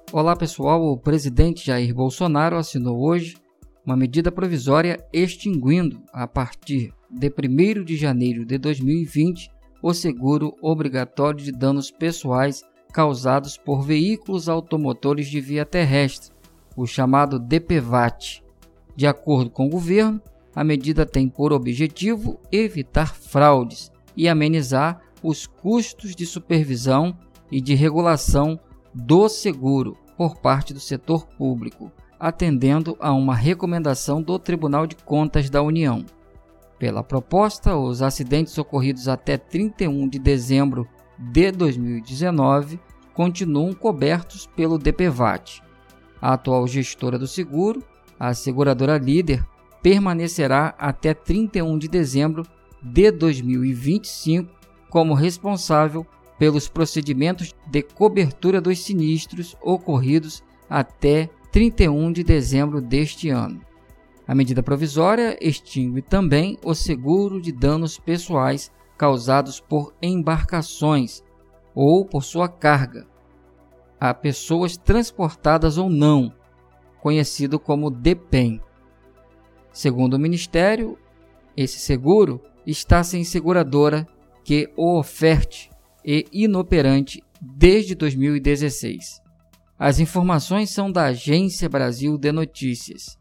Olá pessoal, o presidente Jair Bolsonaro assinou hoje uma medida provisória extinguindo, a partir de 1º de janeiro de 2020, o seguro obrigatório de danos pessoais causados por veículos automotores de via terrestre, o chamado DPVAT. De acordo com o governo, a medida tem por objetivo evitar fraudes e amenizar os custos de supervisão e de regulação do seguro por parte do setor público, atendendo a uma recomendação do Tribunal de Contas da União. Pela proposta, os acidentes ocorridos até 31 de dezembro de 2019 continuam cobertos pelo DPVAT. A atual gestora do seguro, a seguradora líder, permanecerá até 31 de dezembro de 2025 como responsável pelos procedimentos de cobertura dos sinistros ocorridos até 31 de dezembro deste ano. A medida provisória extingue também o seguro de danos pessoais causados por embarcações ou por sua carga a pessoas transportadas ou não, conhecido como DPEM. Segundo o Ministério, esse seguro está sem seguradora que o oferte e inoperante desde 2016. As informações são da Agência Brasil de Notícias.